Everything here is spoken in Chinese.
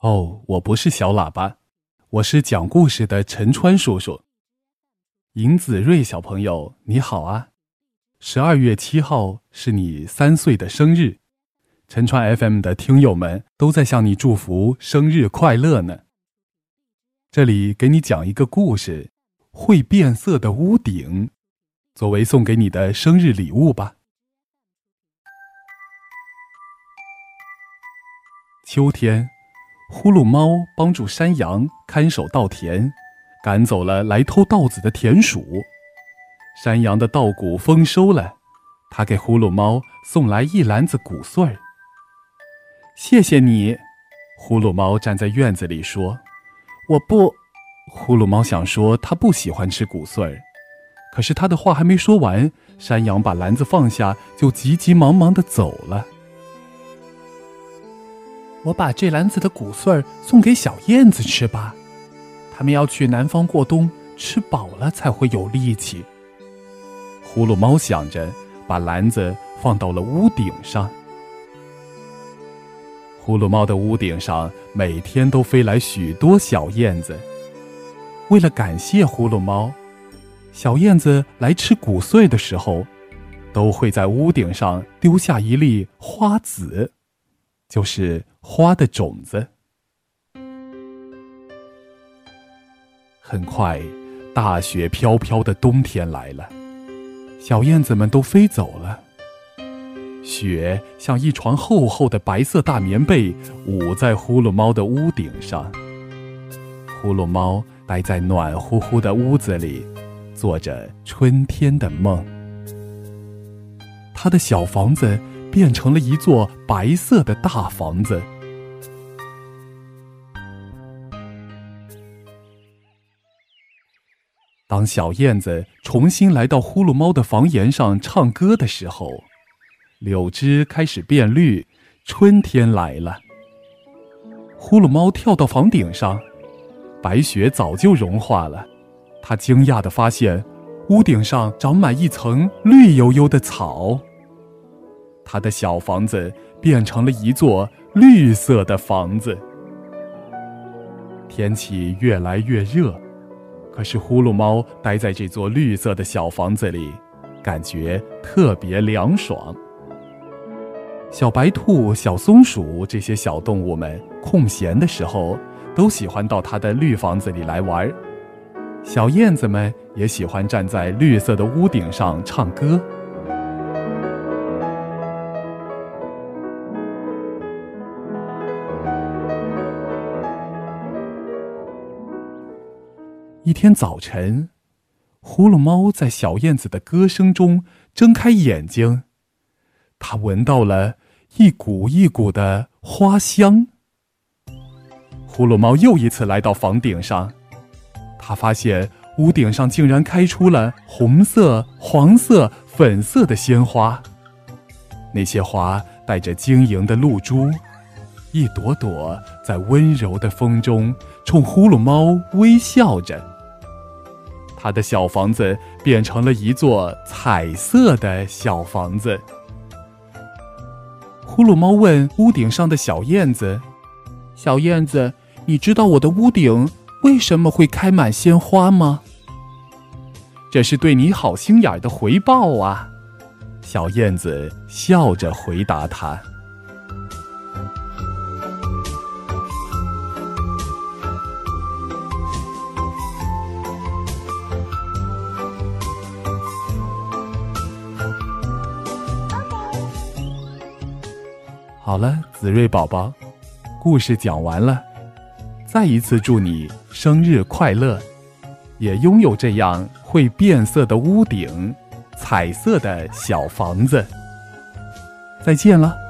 哦，我不是小喇叭，我是讲故事的陈川叔叔。尹子睿小朋友，你好啊！12月7号是你3岁的生日，陈川 FM 的听友们都在向你祝福生日快乐呢。这里给你讲一个故事，会变色的屋顶，作为送给你的生日礼物吧。秋天，呼噜猫帮助山羊看守稻田，赶走了来偷稻子的田鼠。山羊的稻谷丰收了，他给呼噜猫送来一篮子谷穗儿。谢谢你，呼噜猫站在院子里说。我不，呼噜猫想说他不喜欢吃谷穗儿，可是他的话还没说完，山羊把篮子放下，就急急忙忙地走了。我把这篮子的谷穗儿送给小燕子吃吧，它们要去南方过冬，吃饱了才会有力气。呼噜猫想着，把篮子放到了屋顶上。呼噜猫的屋顶上每天都飞来许多小燕子。为了感谢呼噜猫，小燕子来吃谷穗的时候，都会在屋顶上丢下一粒花籽，就是花的种子。很快，大雪飘飘的冬天来了，小燕子们都飞走了。雪像一床厚厚的白色大棉被，捂在呼噜猫的屋顶上。呼噜猫待在暖乎乎的屋子里，做着春天的梦。它的小房子变成了一座白色的大房子。当小燕子重新来到呼噜猫的房檐上唱歌的时候，柳枝开始变绿，春天来了。呼噜猫跳到房顶上，白雪早就融化了。它惊讶地发现，屋顶上长满一层绿油油的草。它的小房子变成了一座绿色的房子。天气越来越热，可是呼噜猫待在这座绿色的小房子里，感觉特别凉爽。小白兔、小松鼠这些小动物们空闲的时候，都喜欢到它的绿房子里来玩。小燕子们也喜欢站在绿色的屋顶上唱歌。一天早晨，呼噜猫在小燕子的歌声中睁开眼睛，它闻到了一股一股的花香。呼噜猫又一次来到房顶上，它发现屋顶上竟然开出了红色、黄色、粉色的鲜花，那些花带着晶莹的露珠，一朵朵在温柔的风中冲呼噜猫微笑着。它的小房子变成了一座彩色的小房子。呼噜猫问屋顶上的小燕子：小燕子，你知道我的屋顶为什么会开满鲜花吗？这是对你好心眼的回报啊，小燕子笑着回答他。好了，子睿宝宝，故事讲完了。再一次祝你生日快乐，也拥有这样会变色的屋顶，彩色的小房子。再见了。